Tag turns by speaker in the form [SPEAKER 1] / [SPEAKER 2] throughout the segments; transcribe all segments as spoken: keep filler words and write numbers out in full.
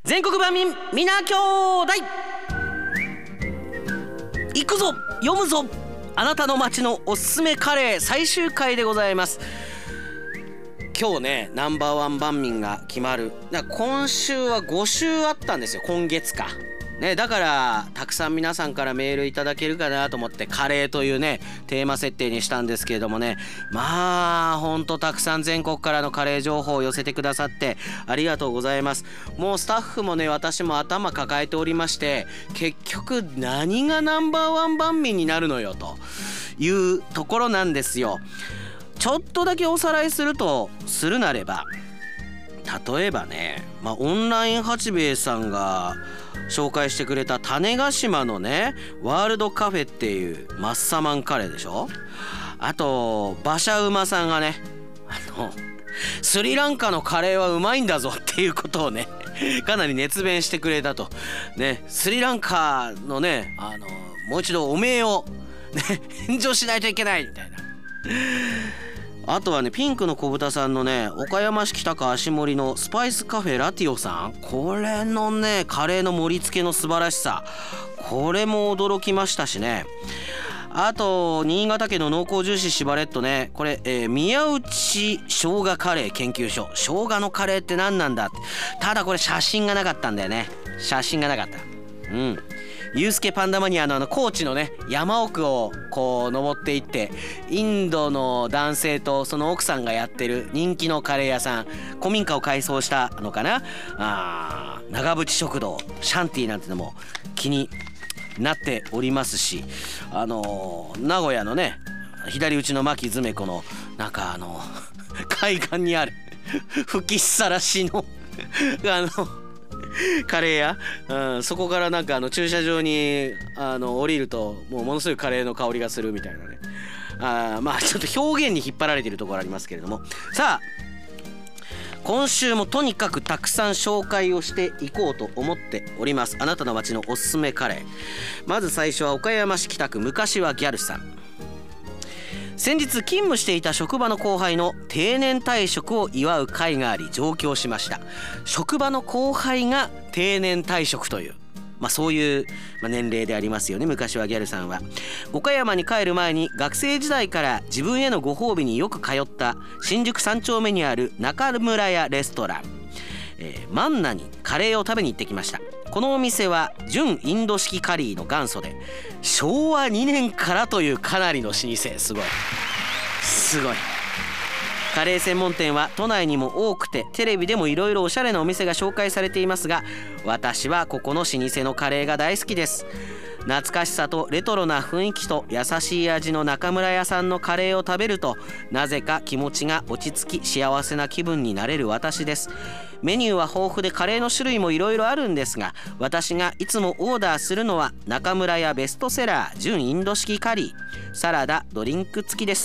[SPEAKER 1] 全国万民皆兄弟、行くぞ読むぞ、あなたの街のおすすめカレー最終回でございます。今日ねナンバーワン万民が決まる。だから今週はご週あったんですよ、今月かね。だからたくさん皆さんからメールいただけるかなと思ってカレーというねテーマ設定にしたんですけれどもね、まあほんとたくさん全国からのカレー情報を寄せてくださってありがとうございます。もうスタッフもね私も頭抱えておりまして、結局何がナンバーワン万民になるのよというところなんですよ。ちょっとだけおさらいするとするなれば、例えばね、まあ、オンライン八兵衛さんが紹介してくれた種子島のねワールドカフェっていうマッサマンカレーでしょ。あと馬車馬さんがねあのスリランカのカレーはうまいんだぞっていうことをねかなり熱弁してくれたとね。スリランカのねあのもう一度お名を、ね、返上しないといけないみたいな。あとはねピンクの小豚さんのね岡山市北区足森のスパイスカフェラティオさん、これのねカレーの盛り付けの素晴らしさ、これも驚きましたしね。あと新潟県の濃厚ジューシーシバレットね、これ、えー、宮内生姜カレー研究所、生姜のカレーって何なんだって。ただこれ写真がなかったんだよね、写真がなかった。うんユースケパンダマニアのあの高知のね山奥をこう登っていって、インドの男性とその奥さんがやってる人気のカレー屋さん、古民家を改装したのかな、あ長渕食堂シャンティなんてのも気になっておりますし、あのー、名古屋のね左打ちの牧詰子のなんかあの海岸にある吹きさらしのあのカレー屋、うん、そこからなんかあの駐車場にあの降りるともうものすごいカレーの香りがするみたいなね。あまあちょっと表現に引っ張られているところありますけれども、さあ今週もとにかくたくさん紹介をしていこうと思っております。あなたの街のおすすめカレー、まず最初は岡山市北区昔はギャルさん。先日勤務していた職場の後輩の定年退職を祝う会があり上京しました。職場の後輩が定年退職という、まあ、そういう年齢でありますよね。昔はギャルさんは岡山に帰る前に学生時代から自分へのご褒美によく通った新宿三丁目にある中村屋レストラン、えー、マンナにカレーを食べに行ってきました。このお店は純インド式カリーの元祖でしょうわにねんからというかなりの老舗、すごいすごい。カレー専門店は都内にも多くてテレビでもいろいろおしゃれなお店が紹介されていますが、私はここの老舗のカレーが大好きです。懐かしさとレトロな雰囲気と優しい味の中村屋さんのカレーを食べるとなぜか気持ちが落ち着き幸せな気分になれる私です。メニューは豊富でカレーの種類もいろいろあるんですが、私がいつもオーダーするのは中村屋ベストセラー純インド式カリー、サラダドリンク付きです。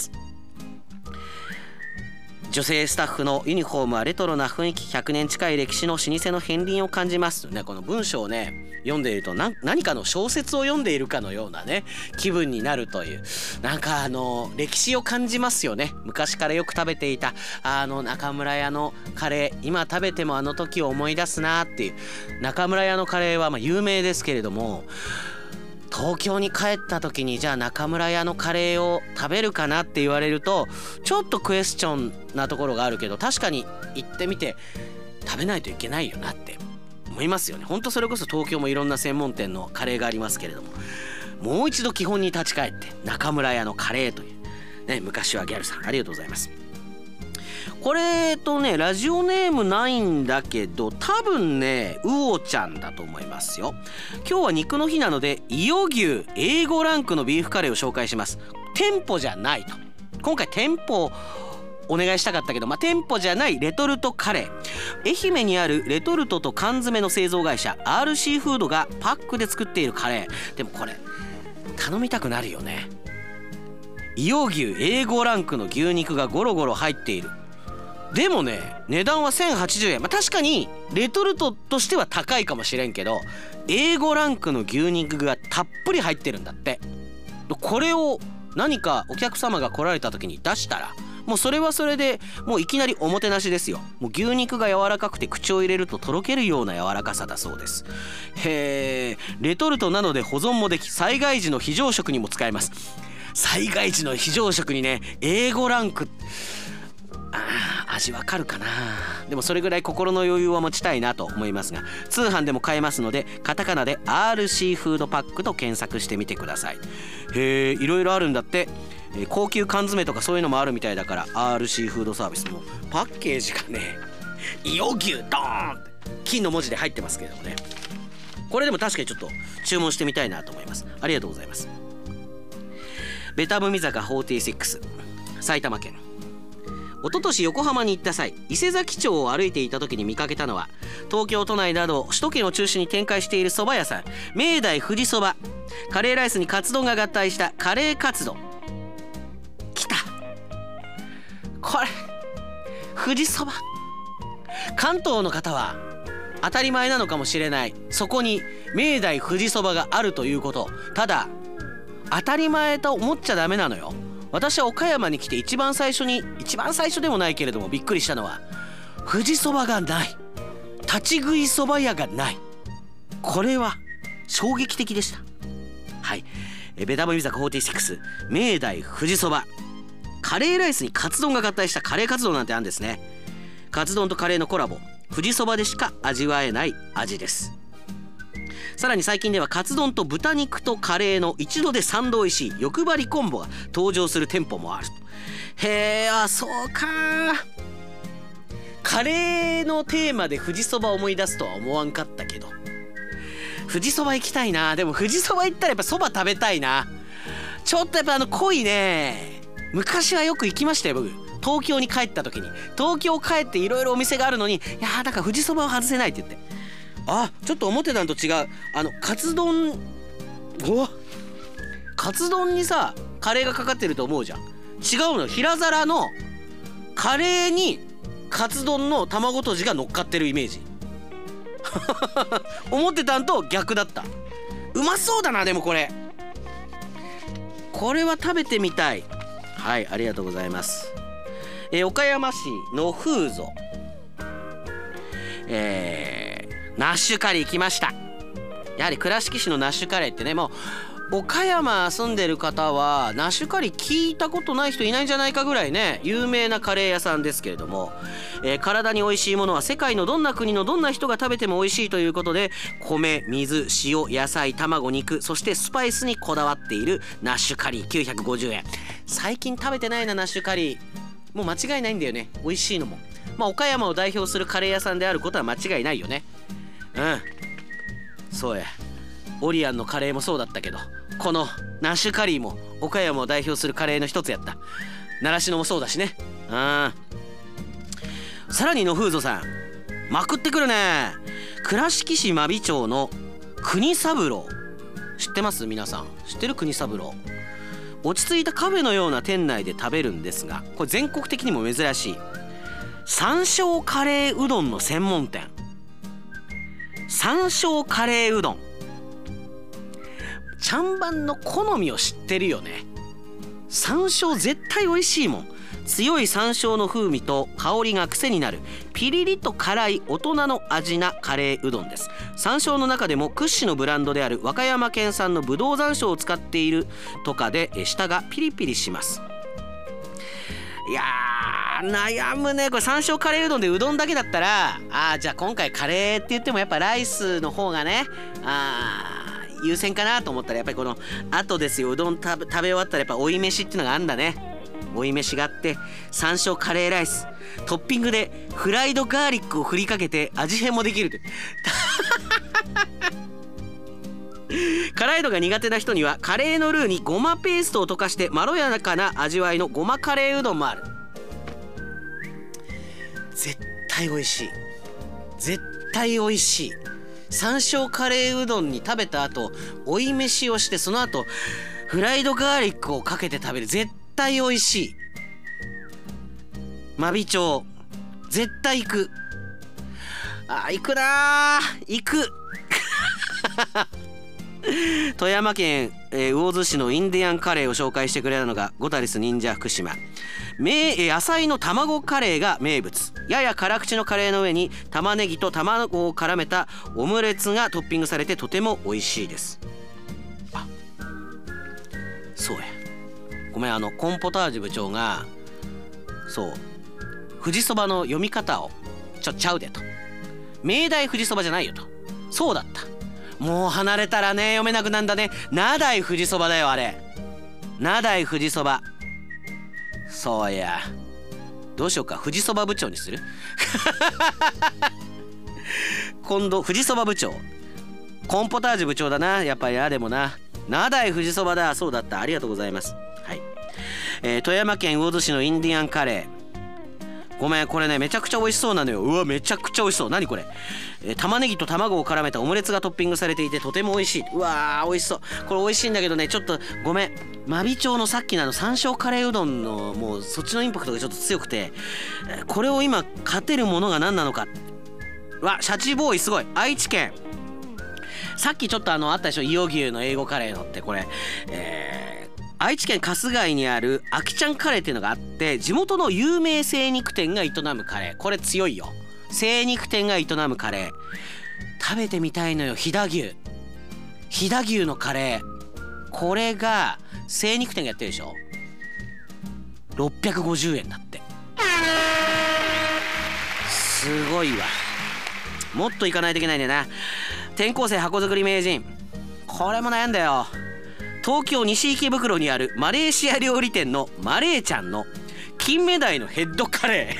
[SPEAKER 1] 女性スタッフのユニフォームはレトロな雰囲気、ひゃくねん近い歴史の老舗の片鱗を感じますね。この文章をね読んでいると何何かの小説を読んでいるかのようなね気分になるという、なんかあの歴史を感じますよね。昔からよく食べていたあの中村屋のカレー、今食べてもあの時を思い出すなっていう。中村屋のカレーはまあ有名ですけれども、東京に帰った時にじゃあ中村屋のカレーを食べるかなって言われるとちょっとクエスチョンなところがあるけど、確かに行ってみて食べないといけないよなって思いますよね。ほんとそれこそ東京もいろんな専門店のカレーがありますけれども、もう一度基本に立ち返って中村屋のカレーという、ね、昔はギャルさんありがとうございます。これとねラジオネームないんだけど多分ねうおちゃんだと思いますよ。今日は肉の日なので伊予牛 エーご ランクのビーフカレーを紹介します。店舗じゃないと、今回店舗お願いしたかったけど、まあ、店舗じゃないレトルトカレー、愛媛にあるレトルトと缶詰の製造会社 アールシー フードがパックで作っているカレー。でもこれ頼みたくなるよね。伊予牛 エーご ランクの牛肉がゴロゴロ入っている。でもね値段はせんはちじゅうえん、まあ、確かにレトルトとしては高いかもしれんけど エーご ランクの牛肉がたっぷり入ってるんだって。これを何かお客様が来られた時に出したらもうそれはそれでもういきなりおもてなしですよ。もう牛肉が柔らかくて口を入れるととろけるような柔らかさだそうです。へえ、レトルトなので保存もでき、災害時の非常食にも使えます。災害時の非常食にね、エーごランク、あー味わかるかな。でもそれぐらい心の余裕は持ちたいなと思いますが、通販でも買えますのでカタカナで アール シーフードパックと検索してみてください。へえ、いろいろあるんだって。高級缶詰とかそういうのもあるみたいだから アール シーフードサービスもパッケージがね、伊予牛ドーンって金の文字で入ってますけれどもね、これでも確かにちょっと注文してみたいなと思います。ありがとうございます。ベタ踏み坂よんじゅうろく、埼玉県。一昨年横浜に行った際、伊勢崎町を歩いていた時に見かけたのは、東京都内など首都圏を中心に展開している蕎麦屋さん、明大富士そば。カレーライスにカツ丼が合体したカレーカツ丼。きた、これ富士そば。関東の方は当たり前なのかもしれない、そこに明大富士そばがあるということ。ただ当たり前と思っちゃダメなのよ。私は岡山に来て一番最初に、一番最初でもないけれどもびっくりしたのは、富士そばがない、立ち食いそば屋がない。これは衝撃的でした。はい、えベタ踏み坂よんじゅうろく、明大富士そば。カレーライスにカツ丼が合体したカレーカツ丼なんてあるんですね。カツ丼とカレーのコラボ、富士そばでしか味わえない味です。さらに最近ではカツ丼と豚肉とカレーの一度で三度おいしい欲張りコンボが登場する店舗もある。へえ、あ、そうか。カレーのテーマで富士そば思い出すとは思わんかったけど、富士そば行きたいな。でも富士そば行ったらやっぱそば食べたいな。ちょっとやっぱあの濃いね。昔はよく行きましたよ僕。東京に帰った時に、東京帰っていろいろお店があるのに、いやーだから富士そばは外せないって言って、あ、ちょっと思ってたのと違う。あのカツ丼、おカツ丼にさカレーがかかってると思うじゃん。違うの。平皿のカレーにカツ丼の卵とじが乗っかってるイメージ思ってたんと逆だった。うまそうだな。でもこれこれは食べてみたい。はい、ありがとうございます。えー、岡山市の風ぞ、えー、ナッシュカリー来ました。やはり倉敷市のナッシュカレーってね、もう岡山住んでる方はナッシュカリー聞いたことない人いないんじゃないかぐらいね、有名なカレー屋さんですけれども、えー、体に美味しいものは世界のどんな国のどんな人が食べても美味しいということで、米、水、塩、野菜、卵、肉、そしてスパイスにこだわっているナッシュカリーきゅうひゃくごじゅうえん。最近食べてないなナッシュカリー。もう間違いないんだよね、美味しいのも。まあ岡山を代表するカレー屋さんであることは間違いないよね。うん、そうや。オリアンのカレーもそうだったけど、このナッシュカリーも岡山を代表するカレーの一つやった。習志野もそうだしね。うん。さらにの風ぞさんまくってくるね。倉敷市真備町の国三郎、知ってます？皆さん知ってる？国三郎。落ち着いたカフェのような店内で食べるんですが、これ全国的にも珍しい山椒カレーうどんの専門店。山椒カレーうどん、ちゃんばんの好みを知ってるよね。山椒絶対美味しいもん。強い山椒の風味と香りが癖になるピリリと辛い大人の味なカレーうどんです。山椒の中でも屈指のブランドである和歌山県産のぶどう山椒を使っているとかで舌がピリピリします。いやー悩むねこれ。山椒カレーうどんでうどんだけだったら、あーじゃあ今回カレーって言ってもやっぱライスの方がね、あー優先かなと思ったら、やっぱりこの後ですよ、うどん食べ、食べ終わったらやっぱ追い飯っていうのがあんだね。追い飯があって山椒カレーライス、トッピングでフライドガーリックを振りかけて味変もできると辛いのが苦手な人にはカレーのルーにごまペーストを溶かしてまろやかな味わいのごまカレーうどんもある。絶対美味しい、絶対美味しい。山椒カレーうどんに食べた後追い飯をして、その後フライドガーリックをかけて食べる。絶対美味しい。真備町絶対行く。あー行くなー行く富山県、えー、魚津市のインディアンカレーを紹介してくれたのがゴタリス忍者福島。 野菜の卵カレーが名物。やや辛口のカレーの上に玉ねぎと卵を絡めたオムレツがトッピングされてとても美味しいです。あ、そうや、ごめん、あのコンポタージュ部長がそう富士そばの読み方をちょちゃうでと、明大富士そばじゃないよと。そうだった、もう離れたらね読めなくなんだね。名代富士そばだよあれ、名代富士そば。そうや、どうしようか、富士そば部長にする今度富士そば部長、コンポタージュ部長だなやっぱり。あでもな、名代富士そばだ、そうだった、ありがとうございます。はい、えー、富山県魚津市のインディアンカレー。ごめん、これねめちゃくちゃ美味しそうなのよ。うわ、めちゃくちゃ美味しそう。何これ、えー、玉ねぎと卵を絡めたオムレツがトッピングされていてとても美味しい。うわー美味しそう。これ美味しいんだけどね、ちょっとごめん、真備町のさっきのあの山椒カレーうどんのもうそっちのインパクトがちょっと強くて、えー、これを今勝てるものが何なのか。うわ、シャチボーイすごい。愛知県、さっきちょっとあのあったでしょ、伊予牛の英語カレーのって、これえー愛知県春日井にあるあきちゃんカレーっていうのがあって、地元の有名精肉店が営むカレー。これ強いよ、精肉店が営むカレー食べてみたいのよ。飛騨牛飛騨牛のカレー、これが精肉店がやってるでしょ、ろっぴゃくごじゅうえんだって。すごいわ、もっと行かないといけないんだよな。転校生箱作り名人、これも悩んだよ。東京西池袋にあるマレーシア料理店のマレーちゃんの金目鯛のヘッドカレ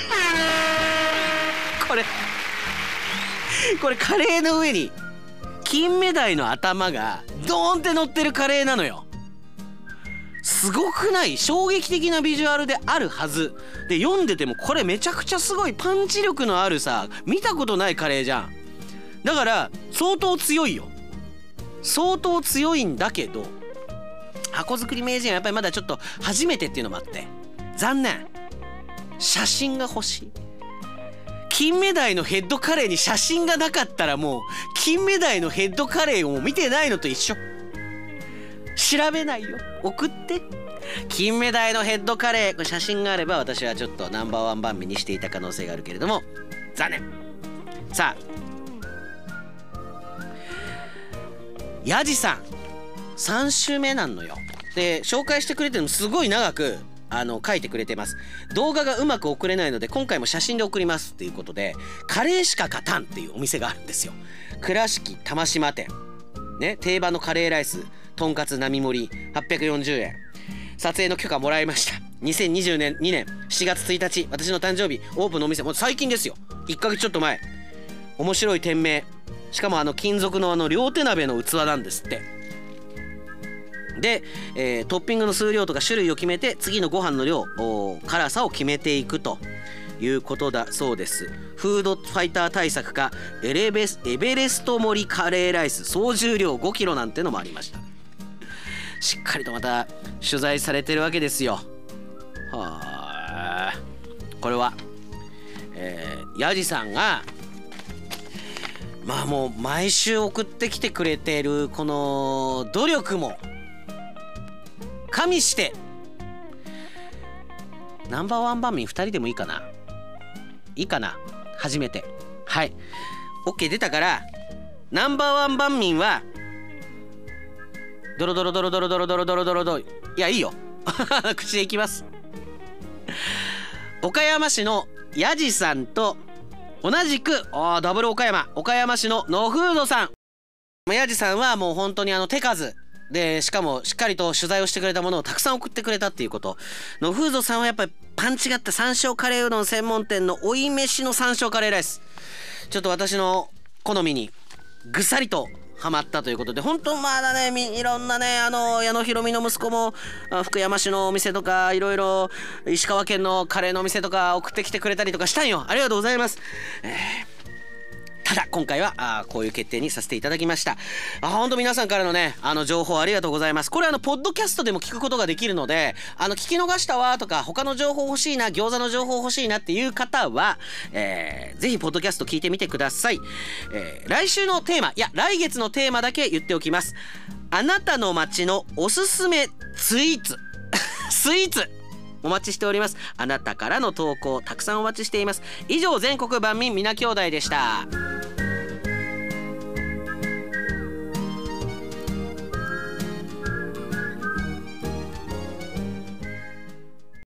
[SPEAKER 1] ーこれこれカレーの上に金目鯛の頭がドーンって乗ってるカレーなのよ。すごくない？衝撃的なビジュアルであるはずで、読んでてもこれめちゃくちゃすごいパンチ力のあるさ、見たことないカレーじゃん。だから相当強いよ、相当強いんだけど、箱作り名人はやっぱりまだちょっと初めてっていうのもあって残念。写真が欲しい。金目鯛のヘッドカレーに写真がなかったらもう金目鯛のヘッドカレーを見てないのと一緒。調べないよ、送って。金目鯛のヘッドカレー、これ写真があれば私はちょっとナンバーワン番目にしていた可能性があるけれども残念。さあヤジさんさん週目なんのよ。で紹介してくれてるのすごい長くあの書いてくれてます。動画がうまく送れないので今回も写真で送りますっていうことで、カレーしか勝たんっていうお店があるんですよ。倉敷玉島店ね、定番のカレーライスとんかつ並盛りはっぴゃくよんじゅうえん。撮影の許可もらいました。にせんにじゅうにねんしちがつついたち、私の誕生日オープンのお店、もう最近ですよ、いっかげつちょっと前。面白い店名、しかもあの金属のあの両手鍋の器なんですって。で、えー、トッピングの数量とか種類を決めて次のご飯の量、辛さを決めていくということだそうです。フードファイター対策かエレベスエベレスト盛りカレーライス総重量ごキロなんてのもありました。しっかりとまた取材されてるわけですよ。はあ、これは、えー、ヤジさんがまあもう毎週送ってきてくれてるこの努力も加味してナンバーワン番民ふたりでもいいかな、いいかな、初めて。はい OK 出たから、ナンバーワン番民はドロドロドロドロドロドロドロドロドロ、いやいいよ口でいきます。岡山市のヤジさんと同じくあダブル岡山岡山市のノフードさん。ヤジさんはもう本当にあの手数で、しかもしっかりと取材をしてくれたものをたくさん送ってくれたっていうこと。ノフードさんはやっぱりパンチがあった山椒カレーうどん専門店の追い飯の山椒カレーライス、ちょっと私の好みにぐさりとハマったということで、本当まだねいろんなねあの矢野ひろみの息子も福山市のお店とかいろいろ石川県のカレーのお店とか送ってきてくれたりとかしたんよ。ありがとうございます。えーただ今回はあこういう決定にさせていただきました。あ本当皆さんからのねあの情報ありがとうございます。これあのポッドキャストでも聞くことができるので、あの聞き逃したわとか他の情報欲しいな、餃子の情報欲しいなっていう方は、えー、ぜひポッドキャスト聞いてみてください。えー、来週のテーマいや来月のテーマだけ言っておきます。あなたの街のおすすめスイーツスイーツお待ちしております。あなたからの投稿たくさんお待ちしています。以上、全国万民皆兄弟でした。